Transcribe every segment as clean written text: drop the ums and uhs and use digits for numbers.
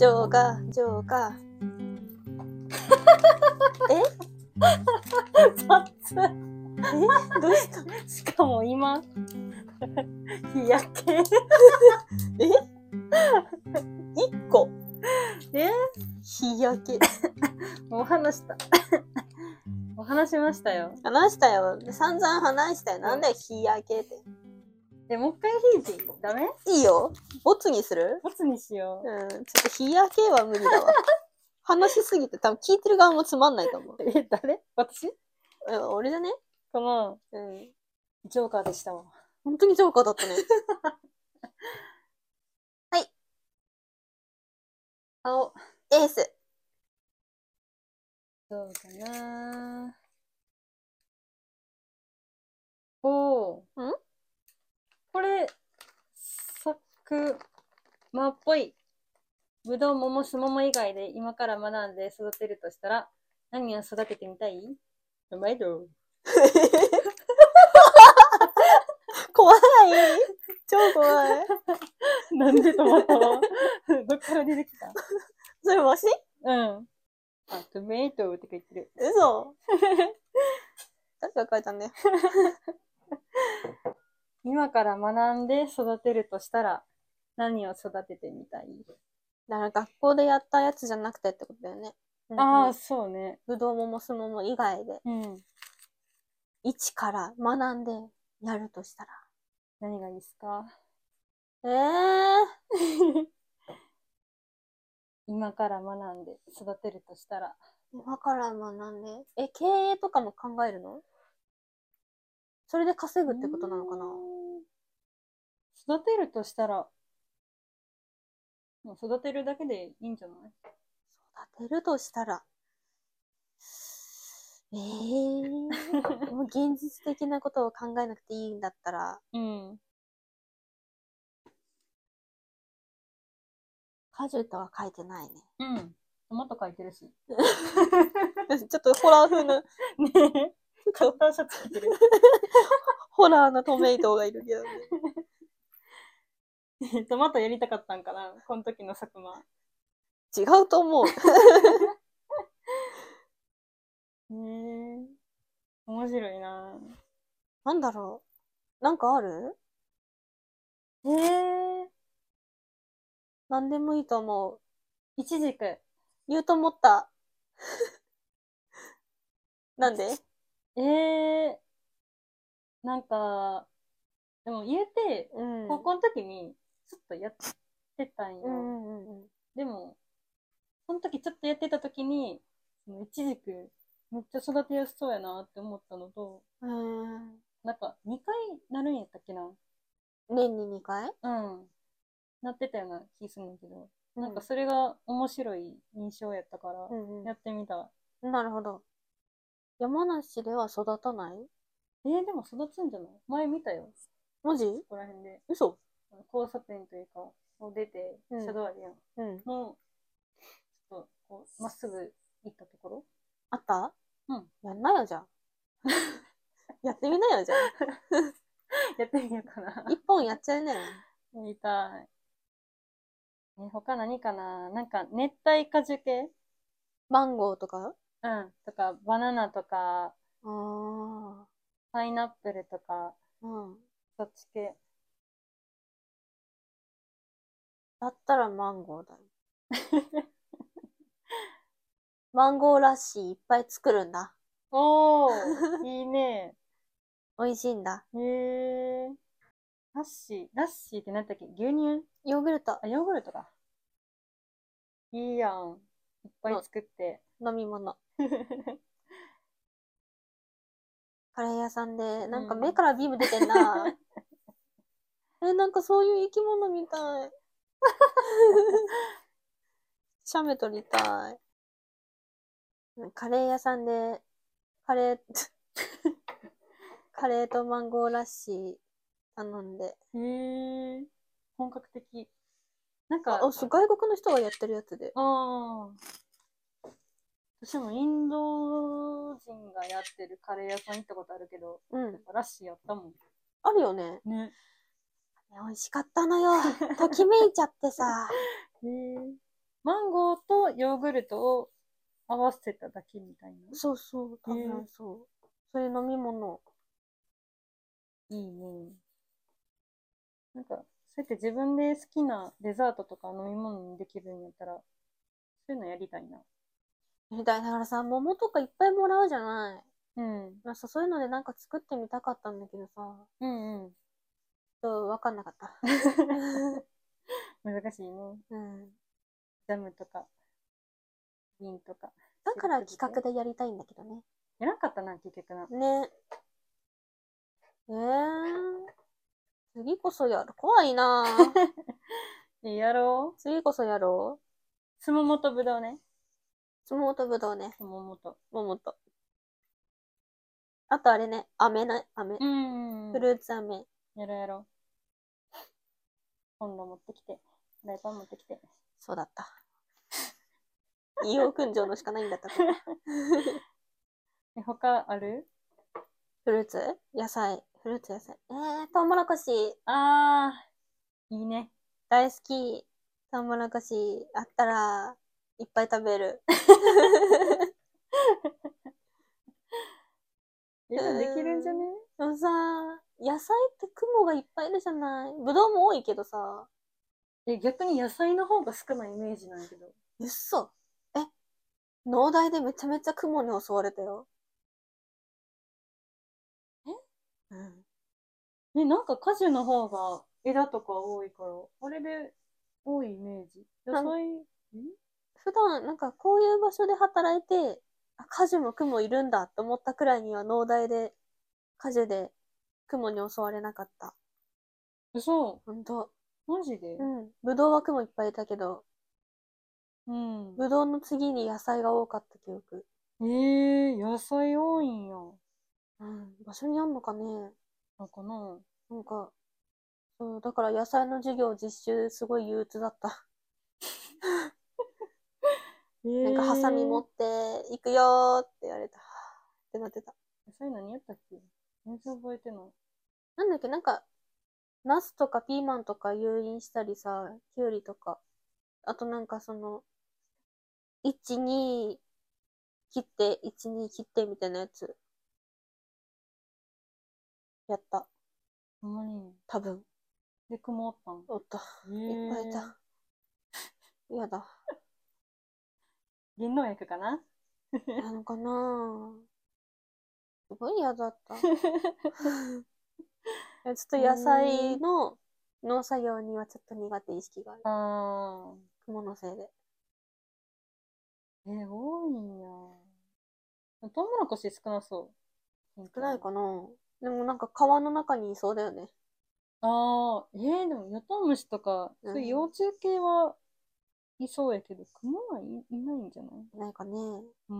ジョーカー、ジョーカー。 雑。 どうしたしかも今、日焼け。 1個。 え日焼け。 もう話した。もう話しましたよ。 話したよ。散々話したよ。なんだよ、日焼けって。 もう一回弾いていい？ダメ？ いいよ。ボツにする？ ボツにしよちょっと日焼けは無理だわ。話しすぎて多分聞いてる側もつまんないと思う。 誰？私？ 俺だね。 この、ジョーカーでしたわ。 本当にジョーカーだったね。はい。 青。 エース。 どうかな。おー。 ん？ これ、サクマっぽい。ぶどう、桃、すもも以外で今から学んで育てるとしたら、何を育ててみたい？トマト。 怖い。超怖い。 なんでトマト？どっから出てきた？ それわし？ うん。あ、トマトって書いてる。 嘘。誰が書いたんだよ。 今から学んで育てるとしたら、何を育ててみたい？ だから学校でやったやつじゃなくてってことだよね。 ああ、そうね。 ぶどうももすもも以外で。一から学んでやるとしたら。 何がいいですか？今から学んで育てるとしたら。 今から学んで。経営とかも考えるの？それで稼ぐってことなのかな？ 育てるとしたら、もう育てるだけでいいんじゃない？ 育てるとしたら。もう現実的なことを考えなくていいんだったら。果樹とは書いてないね。 トマト書いてるし。 ちょっとホラー風な。 ねえ。カッターシャツ着てる。 ホラーなトメイトがいるけどね。トマトやりたかったんかな？この時の佐久間。 違うと思う。 面白いな。 なんだろう。なんかある？なんでもいいと思う。 いちじく。 言うと思った。なんで？ なんか、でも言うて、高校の時にちょっとやってたんよ。でも、その時ちょっとやってた時に、いちじくめっちゃ育てやすそうやなって思ったのと、なんか2回なるんやったっけな？ 年に2回？ なってたような気するんだけど、なんかそれが面白い印象やったから、やってみた。 なるほど。山梨では育たない？ でも育つんじゃない？前見たよ。 マジ？ ここら辺で。 嘘？ 交差点というか、こう出て、車道あるやん。の、ちょっと、こう、まっすぐ行ったところ。 あった？やんなよ、じゃあ。やってみなよ、じゃあ。 やってみようかな。 一本やっちゃいなよ。 やりたい。他何かな？なんか、熱帯果樹系？ マンゴーとか？ とか、バナナとか、 パパイナップルとか、そっち系。 だったらマンゴーだよ。マンゴーラッシーいっぱい作るんだ。 おー、いいね。 美味しいんだ。 ラッシーって何だっけ？牛乳？ ヨーグルト。 ヨーグルトか。いいやん。いっぱい作って。 飲み物。カレー屋さんで、なんか目からビーム出てんな。なんかそういう生き物みたい。シャメ取りたい。カレー屋さんで、カレーとマンゴーラッシー頼んで。 本格的。なんか、 外国の人がやってるやつで。 私もインド人がやってるカレー屋さん行ったことあるけど、やっぱラッシーやったもん。 あるよね。 ね。 美味しかったのよ。ときめいちゃってさ。 マンゴーとヨーグルトを合わせただけみたいな。 そうそう、多分そう。そういう飲み物。 いいね。なんか、そうやって自分で好きなデザートとか飲み物にできるんやったら、そういうのやりたいな。 だからさ、桃とかいっぱいもらうじゃない。 うん。 まあさ、そういうのでなんか作ってみたかったんだけどさ、 うんうん。 わかんなかった。 難しいね。 うん。 ジャムとか、瓶とか。 だから企画でやりたいんだけどね。 やらんかったな、結局な。 ね。次こそやる。怖いなぁ。 やろう。 次こそやろう。 すももとぶどうね。 スモートぶどうね。 すももと。 桃と。あとあれね、飴ね、飴。フルーツ飴。 やろうやろう。今度持ってきて。フライパン持ってきて。 そうだった。異様訓情のしかないんだった。 他ある？ フルーツ野菜。フルーツ野菜。トウモロコシ。 あー、いいね。 大好き。トウモロコシあったら、いっぱい食べる。 できるんじゃね？ でもさ、野菜って雲がいっぱいいるじゃない。ぶどうも多いけどさ。 逆に野菜の方が少ないイメージなんやけど。 うっそ。農大でめちゃめちゃ雲に襲われたよ。うん。 なんか果樹の方が枝とか多いから、あれで多いイメージ。野菜、 普段、なんかこういう場所で働いて、果樹も雲いるんだって思ったくらいには農大で、果樹で雲に襲われなかった。 嘘？ ほんと。 マジで？ うん。ぶどうは雲いっぱいいたけど、 うん。 ぶどうの次に野菜が多かった記憶。 野菜多いんや。 うん。場所にあんのかね。 のかな？ なんか、そう、だから野菜の授業実習すごい憂鬱だった。なんかハサミ持って行くよーって言われた。ってなってた。 野菜何やったっけ？全然覚えてない。 なんだっけ、なんか、ナスとかピーマンとか誘引したりさ、キュウリとか。あとなんかその、1、2切って、1、2切ってみたいなやつ。やった。 ほんまに。 多分。 で、雲おったん？ おった。いっぱいいた。やだ。 減農薬かな？ なのかなぁ。すごい嫌だった。ちょっと野菜の農作業にはちょっと苦手意識がある。 あ雲のせいで。 多いんや。トウモロコシ少なそう。 少ないかな。でもなんか川の中にいそうだよね。 ああ、でも、ヨトウムシとか、そういう幼虫系はいそうやけど、クモはいないんじゃない？ いないかね。 うん。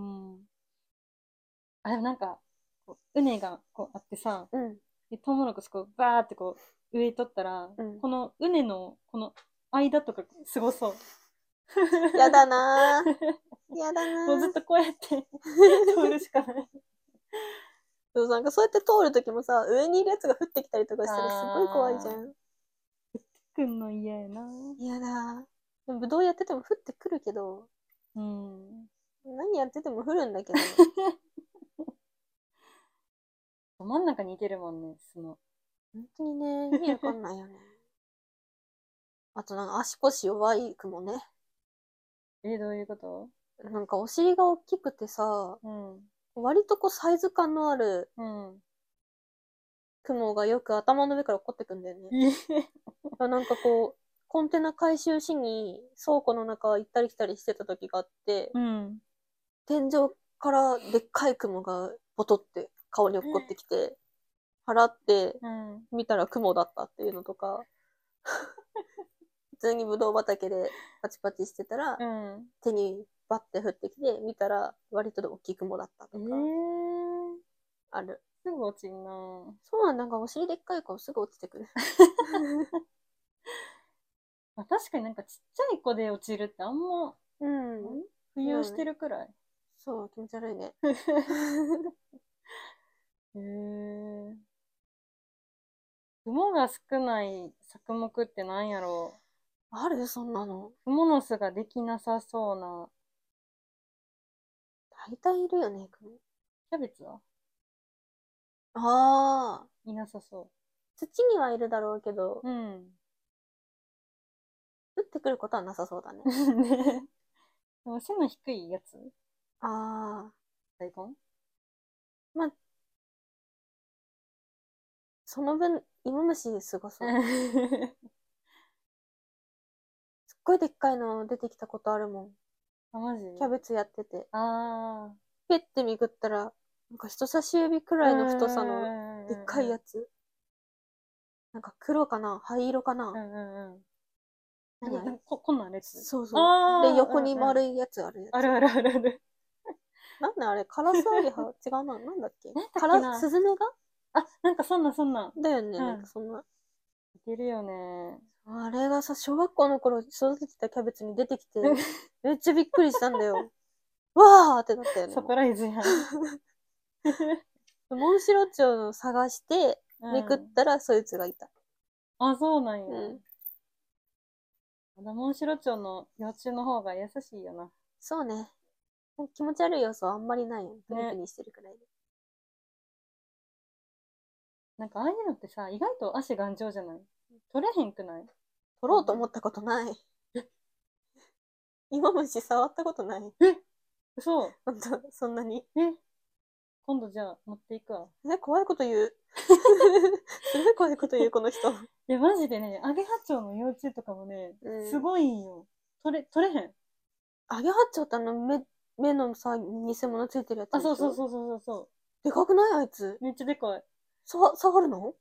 あ、でもなんか、こう畝がこうあってさ、 うん。 で、トウモロコシこう、バーってこう、植えとったら、 うん。 この畝の、この間とかすごそう。 やだなぁ。やだなぁ。 もうずっとこうやって通るしかない。 そう、なんかそうやって通るときもさ、上にいるやつが降ってきたりとかしたらすごい怖いじゃん。 くんの嫌やな。 嫌だ。でもぶどうやってても降ってくるけど、 うん。 何やってても降るんだけど。 ど真ん中にいてるもんね、その。 本当にね、意味わかんないよね。あとなんか足腰弱い雲ね。 どういうこと？ なんかお尻が大きくてさ、 うん。 割とこうサイズ感のあるうん。 雲がよく頭の上から落っこってくんだよね。なんかこう、コンテナ回収しに倉庫の中行ったり来たりしてた時があって、 うん。 天井からでっかい雲がポトって顔に落っこってきて、払ってうん。 見たら雲だったっていうのとか、普通にブドウ畑でパチパチしてたら、 うん。 手にバッて降ってきて、見たら割と大きい雲だったとか、ある。 すぐ落ちんな。 そうなんだ、なんかお尻でっかい子すぐ落ちてくる。 まあ、確かになんかちっちゃい子で落ちるってあんまうん。 浮遊してるくらい。 そう、気持ち悪いね。 へえ。雲が少ない作目ってなんやろあるそんなの。 クモの巣ができなさそうな。 大体いるよね、クモ。 キャベツはああ。 いなさそ土にはいるだろうけど、 う。うん。 降ってくることはなさそうだね。 ね。でも背の低いやつああ。 大根まあ、その分、芋虫すごそう。すっごいでっかいの出てきたことあるもん。 あ、マジキャベツやってて。 あペッてめくったら、なんか人差し指くあ。 らいの太さのでっかいやつ。なんか黒かな灰色かな、 うんうんうん。 何あれこんなん列そうそう。で、 ああ、 横にうんうん。 丸いやつあるやつ。 あるあるあるある。 なんだあれカラスアゲハ違うな。なんだっけなんだっけな。 スズメがあ、なんかそんなそんな。 だよね、 うん。 なんかそんな。 いけるよね。 あれがさ、小学校の頃育ててたキャベツに出てきて、めっちゃびっくりしたんだよ。わーってなったよね。 サプライズやん。 モンシロチョウを探して、めくったらそいつがいた。 あ、そうなんや。 うん。 まだモンシロチョウの幼虫の方が優しいよな。 そうね。気持ち悪い要素はあんまりないよ。プニプね。 ニしてるくらいで。 なんかああいうのってさ、意外と足頑丈じゃない取れへんくない取ろうと思ったことない。芋虫触ったことない。 え嘘ほんと、そんなに。 今度じゃあ持っていくわ。 怖いこと言う。すごい怖いこと言う、この人。 マジでね、アゲハチョウの幼虫とかもね、すごいんよ。取れへん。 アゲハチョウって目のさ、偽物ついてるやつであ、 しょそう。 でかくないあいつ。 めっちゃでかい。 触るの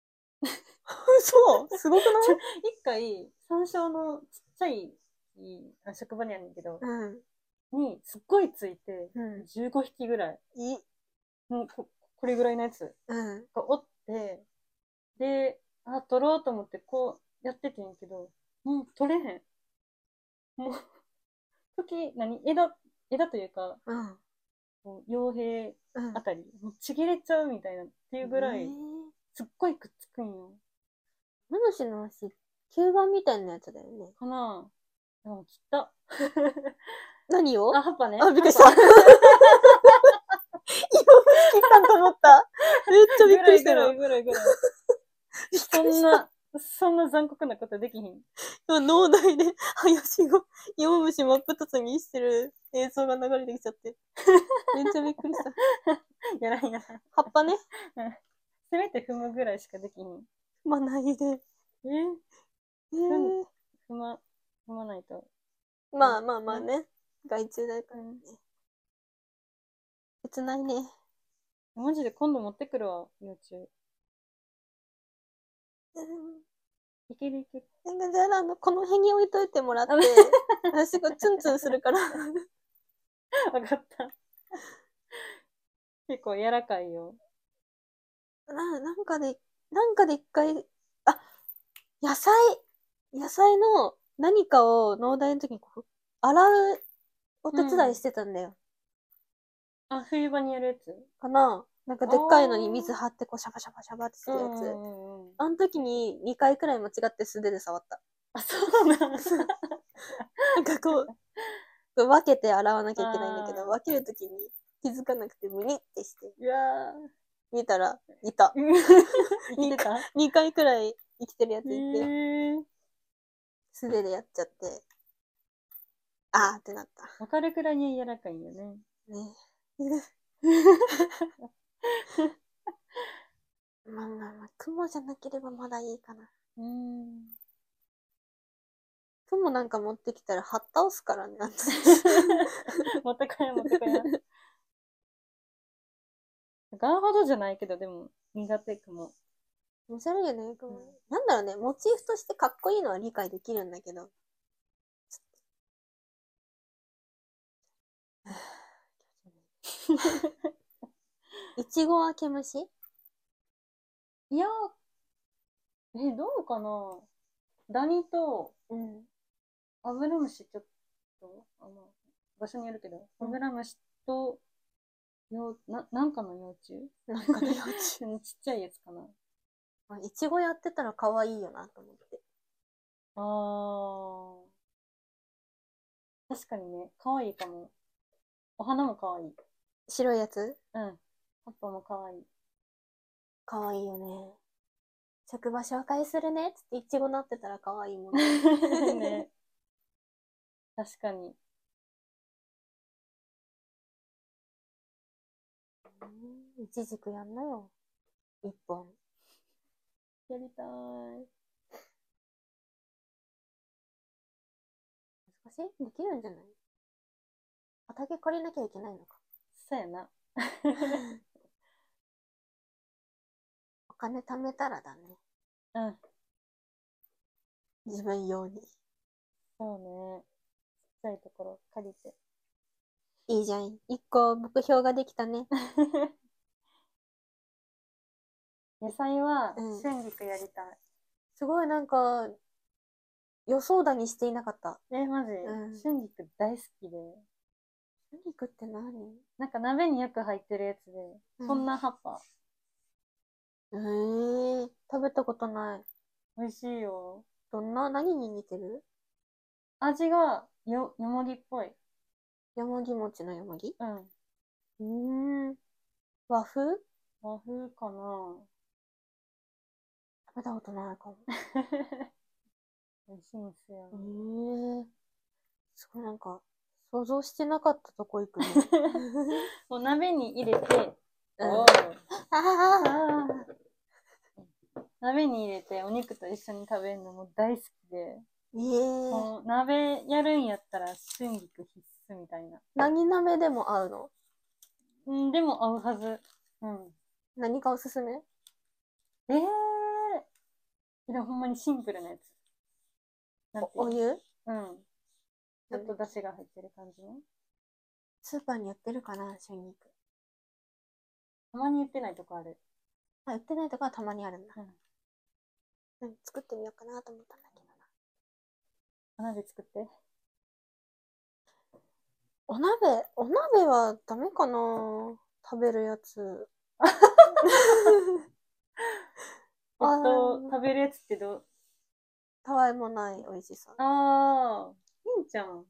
嘘すごくない一回、山椒のちっちゃい職場にあるんだけど、にすっごいついて、15匹ぐらい。もうこれぐらいのやつがおって、で、取ろうと思ってこうやっててんけど、もう取れへん。もう、枝というか、傭兵あたり、もうちぎれちゃうみたいなっていうぐらい、すっごいくっつくんよ。 ムムシの足、吸盤みたいなやつだよね。 かなでも切った。 何を葉っぱね。 びっくりした。今虫切ったと思った。めっちゃびっくりしたよ。 ぐらい。そんな残酷なことできひん。 脳内で林が芋虫真っ二つにしてる映像が流れてきちゃって。めっちゃびっくりした。 やらん。 葉っぱね。 せめて踏むぐらいしかできひん。踏まないで。 踏まないと。 まあね。害虫だからね。切ないね。 マジで今度持ってくるわ、幼虫。いける。 じゃあ、この辺に置いといてもらって、私がツンツンするから。 わかった。結構柔らかいよ。 なんかで一回、野菜の何かを農大の時に洗うお手伝いしてたんだよ。 冬場にやるやつかななんかでっかいのに水張ってシャバシャバってするやつ。あの時に2回くらい間違って素手で触った。 そうなんだ。 なんか分けて洗わなきゃいけないんだけど、分ける時に気づかなくてムニってして。見たら、いた。2回くらい生きてるやついて。素手でやっちゃって。ってなった。 わかるくらいに柔らかいんよね。 ね。まあ、雲じゃなければまだいいかな。雲なんか持ってきたら、はった押すからね。 持ってこや。ガンほどじゃないけど、でも、苦手雲。 おしゃれよね、雲。なんだろうね、モチーフとしてかっこいいのは理解できるんだけど。いちごは毛虫いや、どうかなダニと、アブラムシちょっと、場所によるけど、アブラムシと、なんかの幼虫なんかの幼虫。 ちっちゃいやつかな。 いちごやってたら可愛いよなと思って。 ああ。確かにね、可愛いかも。お花も可愛い。 白いやつうん。葉っぱも可愛い。 かわいいよね。職場紹介するねっつってイチゴなってたらかわいいもんね。 ね。確かに。 いちじくやんなよ。一本。 やりたい。 難しいできるんじゃない畑借りなきゃいけないのか。 そうやな。 お金貯めたらだね。 うん。 自分用に。 そうね。ちっちゃいところ借りて。 いいじゃん。一個目標ができたね。 野菜はうん春菊やりたい。 すごいなんか、予想だにしていなかった。 マジ、 うん春菊大好きで。 春菊って何なんか鍋によく入ってるやつで、こんな葉っぱ。 食べたことない。 美味しいよ。 何に似てる味がよもぎっぽい。 よもぎ餅のよもぎうん。 和風和風かな。 食べたことないかも。 美味しいんすよ。 すごいなんか、想像してなかったとこ行くね。 もう鍋に入れて、 うん鍋に入れてお肉と一緒に食べるのも大好きで、もう鍋やるんやったら春菊必須みたいな。 何鍋でも合うのでも合うはず。うん。 何かおすすめでもほんまにシンプルなやつ。なんていうお湯うん。ちょっと出汁が入ってる感じの。 スーパーに売ってるかな春菊。 たまに売ってないとこある。 売ってないとこはたまにあるんだ。 うん。 作ってみようかなと思ったんだけどな。 お鍋作って。 お鍋はダメかな食べるやつ。 食べるやつってたわいもない美味しさ。 いいんじゃん。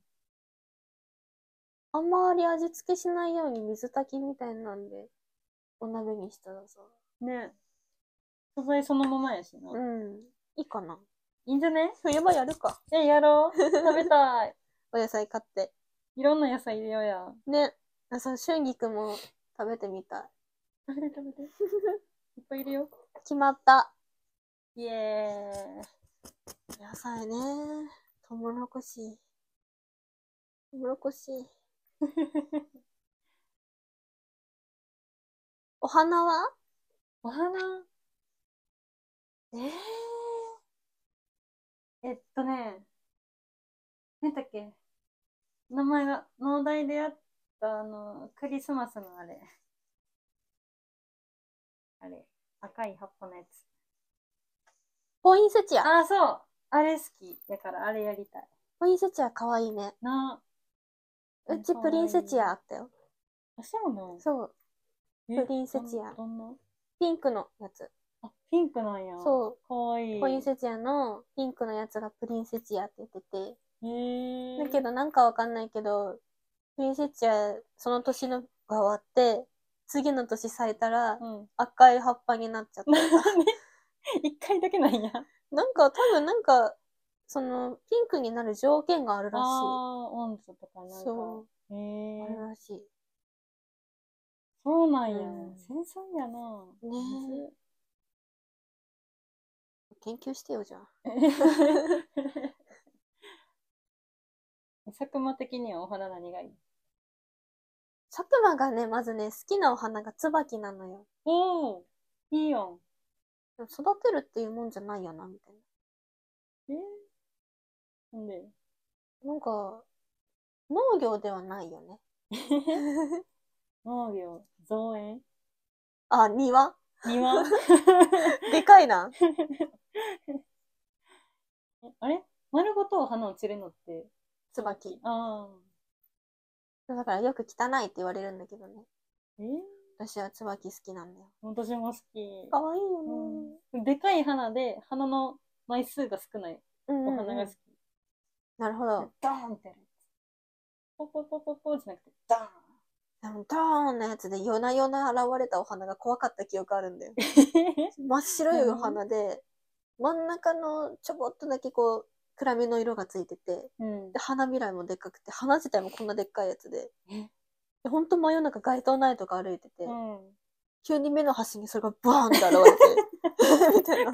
あんまり味付けしないように水炊きみたいなんで、お鍋にしたらさ。 ね。素材そのままやしな。 いいかな。 いいんじゃね冬場やるか。 やろう。食べたい。 お野菜買って。 いろんな野菜入れようや。 ね。春菊も食べてみたい。 食べて。いっぱいいるよ。 決まった。 イエーイ。 野菜ね。トウモロコシ。お花はお花何だっけ名前が、農大であったクリスマスのあれ、赤い葉っぱのやつ。 ポインセチア。 そう。あれ好き。だからあれやりたい。 ポインセチアかわいいね。うちプリンセチアあったよ。 そうなのそう。プリンセチア。 どんなピンクのやつ。 ピンクなんや。 そう。 かわいい。 ポインセチアのピンクのやつがプリンセチアって言ってて。 へだけどなんかわかんないけど、プリンセチアその年のが終わって、次の年咲いたら、赤い葉っぱになっちゃった。 一回だけなんや。 多分その、ピンクになる条件があるらしい。 温度とかなんか。 そう。あるらしい。 そうなんや。繊細やな。 ね研究してよ、じゃあ。 佐久間的にはお花何がいい佐久間がね、まずね、好きなお花が椿なのよ。 いいやん。 育てるっていうもんじゃないよな、みたいな。なんで農業ではないよね。 農業、造園庭庭でかいな。 あれ丸ごと花落ちるのって椿。だからよく汚いって言われるんだけどね。私は椿好きなんだよ。 私も好き。 かわいいよね。 でかい花で花の枚数が少ないお花が好き。 なるほど。 ドーンってやる。ポポポポポじゃなくて、ドーン。 ドーンのやつで夜な夜な現れたお花が怖かった記憶あるんだよ。真っ白いお花で、真ん中のちょぼっとだけこう、暗めの色がついてて、で花びらもでっかくて、花自体もこんなでっかいやつで、ほんと真夜中街灯ないとか歩いてて、急に目の端にそれがバーンって現れて、みたいな。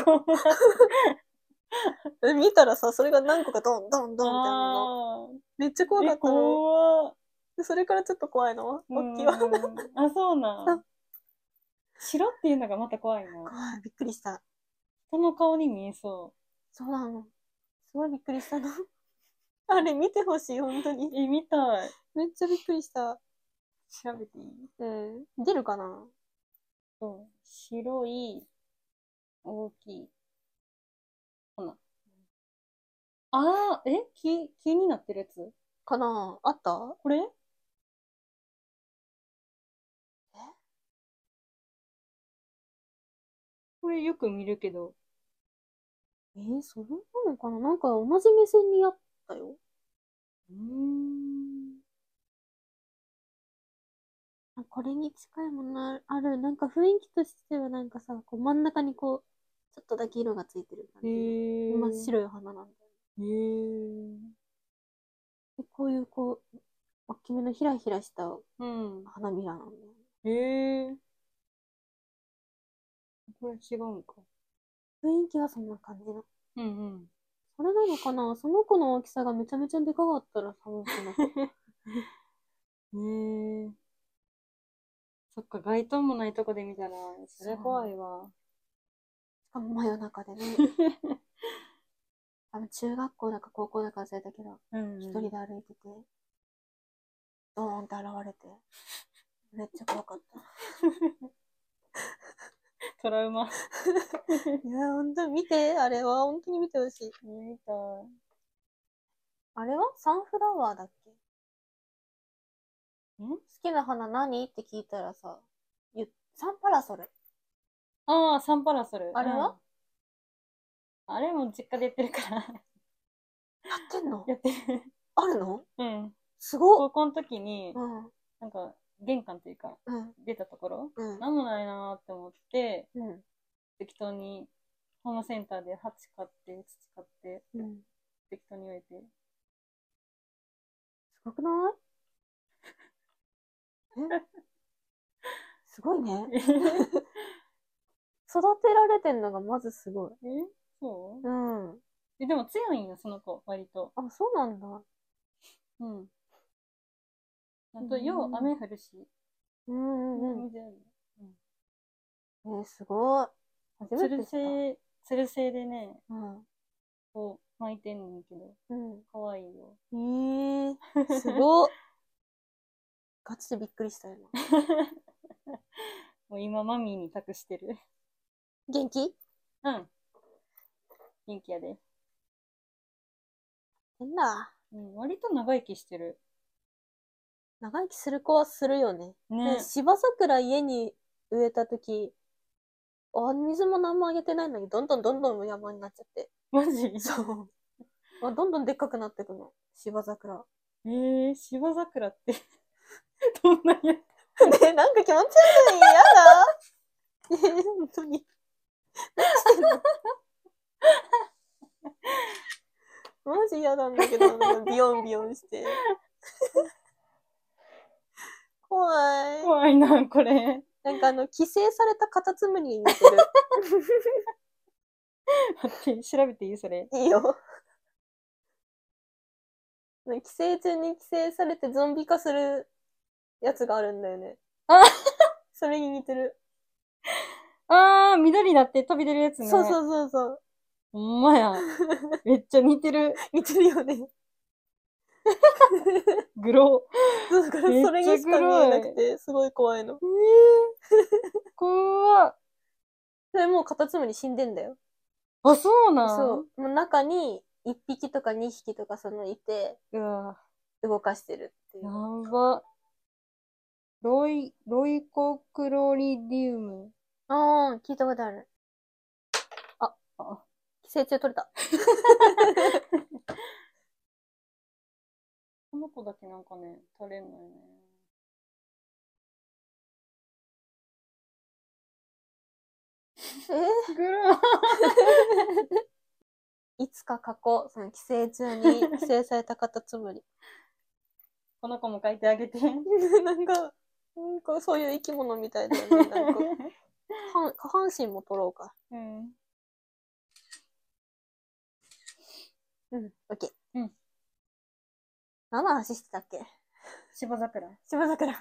見たらさ、それが何個かドンドンドンってあるの。めっちゃ怖かったの。それからちょっと怖いの。大きいわ。 あ、そうなん。白っていうのがまた怖いな。 怖い、びっくりした。 人の顔に見えそう。 そうなの。すごいびっくりしたの。あれ見てほしい、本当に。 見たい。 めっちゃびっくりした。 調べていい？ 出るかな？ そう。白い、大きい。ほな。あー、木になってるやつかな？あった？ これ？これよく見るけど。 それなのかな？なんか同じ目線にあったよ。これに近いものある。なんか雰囲気としてはなんかさ、こう真ん中にこう、ちょっとだけ色がついてる感じ。真っ白い花なんだよ。でこういうこう、大きめのひらひらした花びらなんだよ。 これ違うんか。 雰囲気はそんな感じの。それなのかな？その子の大きさがめちゃめちゃでかかったらその子の子。 そっか、街灯もないとこで見たら、それ怖いわ。 しかも真夜中でね。多分中学校だか高校だか忘れたけど、一人で歩いてて、ドーンって現れて、めっちゃ怖かった。 トラウマ。 いや、ほんと見て、あれは本当に見てほしい。 見たい。 あれはサンフラワーだっけ？好きな花何って聞いたらさ、サンパラソル。 ああ、サンパラソル。 あれは？ あれも実家でやってるから。やってんの？ やってる。 あるの？すごっ。 ごっ。 高校の時に、なんか、玄関というか、出たところ、なんもないなーって思って、適当に、ホームセンターで鉢買って、土買って、適当に植えて。 すごくない？すごいね。育てられてんのがまずすごい。 そう？ うん。 でも強いんよ、その子、割と。 あ、そうなんだ。 あと、よう雨降るし。 水ある。すごい。初めて知った。 つる性でね、こう巻いてんねんけど、かわいいよ。 すごっ。ガチでびっくりしたよな。もう今、マミーに託してる。 元気？ 元気やで。 変だ。 割と長生きしてる。 長生きする子はするよね。芝桜家に植えたとき、水も何もあげてないのに、どんどんどんどん山になっちゃって。 マジ？ そう。どんどんでっかくなってくの。芝桜。 芝桜って、どんなやつなんか気持ち悪い。やだ。本当に。何してんの？マジ嫌なんだけど、なんかビヨンビヨンして。怖い。 怖いな、これ。 なんか寄生されたカタツムリに似てる。 待って、調べていい？それ。 いいよ。寄生虫に寄生されてゾンビ化するやつがあるんだよね。それに似てる。 緑になって飛び出るやつね。 そうそうそうそう。 ほんまや。めっちゃ似てる。 似てるよね。 グロー。だからそれにしか見えなくて、すごい怖いの。 怖っ。 それもうカタツムリ死んでんだよ。 あ、そうなん？ そう。もう中に1匹とか2匹とかいて、動かしてるっていう。 やば。ロイコクロリディウム。 聞いたことある。寄成虫取れた。 この子だけなんかね、取れんのよね。グロいつか書こう。その寄生虫に寄生されたカタツムリ。 この子も書いてあげて。 なんかそういう生き物みたいだよね。なんか下半身も取ろうか。 うん。 うん、オッケー。 うん。 何の話してたっけ？ 芝桜。 芝桜。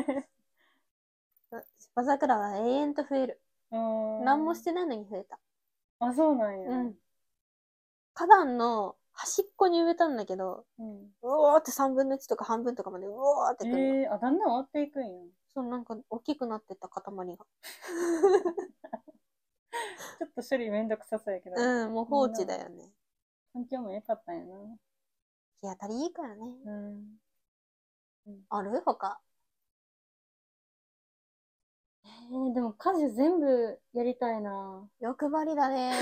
芝桜は永遠と増える。何もしてないのに増えた。 あ、そうなんや。 うん。花壇の端っこに植えたんだけど、うおーって3分の1とか半分とかまでうおーってくるの。だんだん終わっていくんや。 そう、なんか大きくなってった塊が。 ちょっと処理めんどくさそうやけど。 うん、もう放置だよね。 環境も良かったんやな。 日当たりいいからね。ある？他。 でも家事全部やりたいな。 欲張りだね。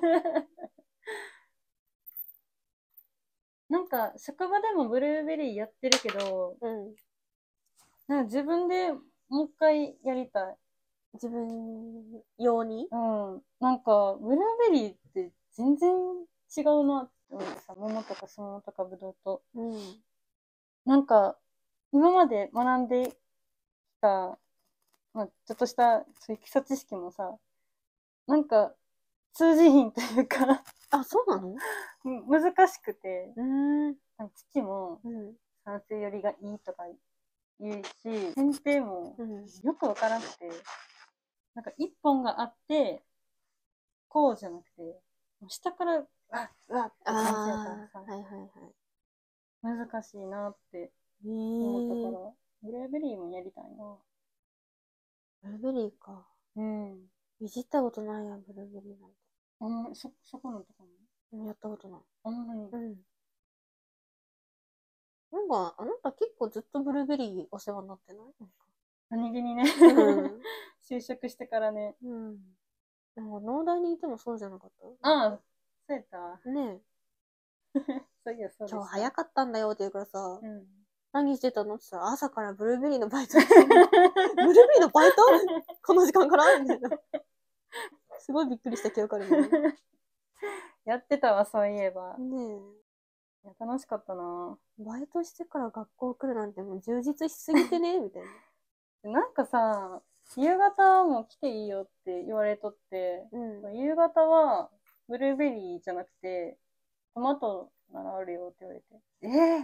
なんか職場でもブルーベリーやってるけど、なんか自分でもう一回やりたい。 自分用に？ なんかブルーベリーって全然違うなって思ってさ、桃とかスモモとかブドウと。なんか今まで学んできた、まあ、ちょっとしたそういう基礎知識もさ、なんか通じひんというかあ、そうなの？ 難しくて、父もうん。 酸性寄りがいいとか言うし、剪定もよくわからなくて、なんか一本があって、こうじゃなくて、下から、うわって感じやからさ、難しいなって思ったから、ブルーベリーもやりたいな。 ブルーベリーか。いじったことないやん、ブルーベリーなんて。 そこのとこもやったことない。 あんまり。 なんか、あなた結構ずっとブルーベリーお世話になってない？ 何気にね、就職してからね。 なんか農大にいてもそうじゃなかった？ ああ、そうやったわ。 ねえ。そういや、そうでした。 今日早かったんだよって言うからさ、何してたのって言ったら、朝からブルーベリーのバイトしてる。ブルーベリーのバイトこの時間からみたいな。すごいびっくりした記憶あるもんね。 やってたわ、そういえば。 ねえ。楽しかったな。 バイトしてから学校来るなんてもう充実しすぎてねみたいな。なんかさ、夕方も来ていいよって言われとって、夕方はブルーベリーじゃなくて、トマトならあるよって言われて。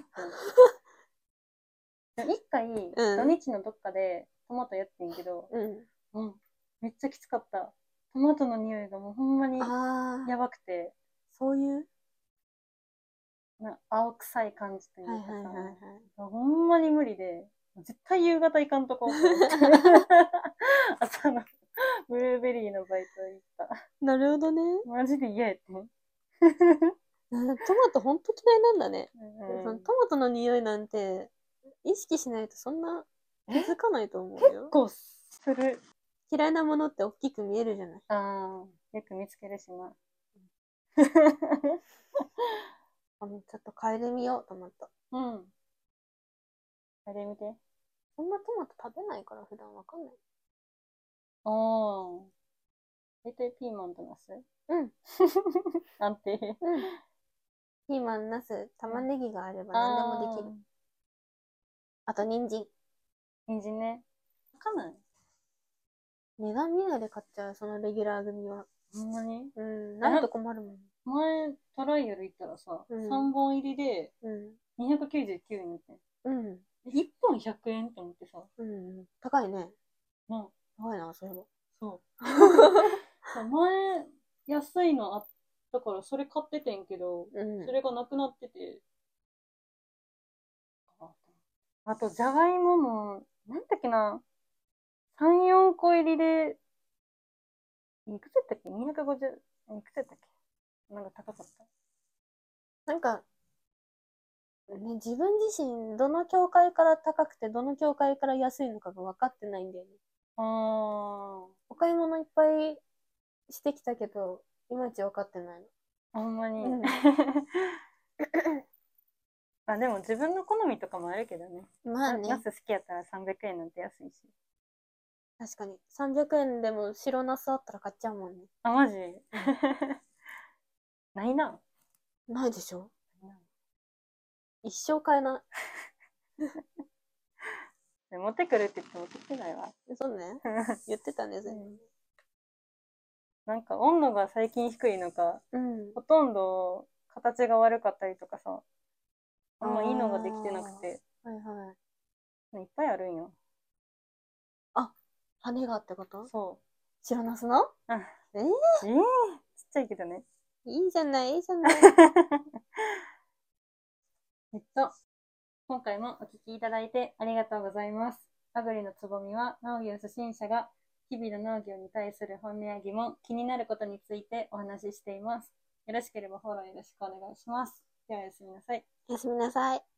一回、土日のどっかでトマトやってんけど、めっちゃきつかった。トマトの匂いがもうほんまにやばくて。 そういう青臭い感じというかさ、ほんまに無理で、絶対夕方行かんとこうと思って朝のブルーベリーのバイト行った。 なるほどね。 マジで嫌やって。 トマトほんと嫌いなんだね。トマトの匂いなんて意識しないとそんな気づかないと思うよ。 結構する。 嫌いなものって大きく見えるじゃない。 よく見つけるしな。 ちょっと嗅いでみようと思った。 嗅いでみて。 そんなトマト食べないから普段わかんない。 大体ピーマンとナス？安定。 ピーマン、ナス、玉ねぎがあれば何でもできる。あと、人参。 人参ね。わかんない。 値段見ないで買っちゃう、そのレギュラー組は。 ほんまに？ ないと困るもん。 前、トライアル行ったらさ、3本入りで、299円みたいな。1本100円って思ってさ。 高いね。高いな、それも。 そう。前、安いのあったから、それ買っててんけど、それがなくなってて。あと、じゃがいもも、なんだっけな、3、4個入りで、いくつやったっけ ?250、いくつやったっけなんか高かった。 なんか、自分自身、どの教会から高くて、どの教会から安いのかが分かってないんだよね。お買い物いっぱいしてきたけど、いまいち分かってないの。 ほんまに。 うんあ、でも自分の好みとかもあるけどね。 まあね。 ナス好きやったら300円なんて安いし。 確かに。300円でも白ナスあったら買っちゃうもんね。 あ、マジないな。 ないでしょ？一生買えない。 持ってくるって言って持ってきてないわ。 そうね。言ってたね、全部。 なんか温度が最近低いのか、 うん、 ほとんど形が悪かったりとかさ、あんまいいのができてなくて。 はいはい。 いっぱいあるんよ。 あ、羽がってこと？ そう。 白ナスの？ あ、 ちっちゃいけどね。 いいじゃない、いいじゃない。 今回もお聞きいただいてありがとうございます。あぐりのつぼみは農業初心者が日々の農業に対する本音や疑問、気になることについてお話ししています。よろしければフォローよろしくお願いします。ではおやすみなさい。 おやすみなさい。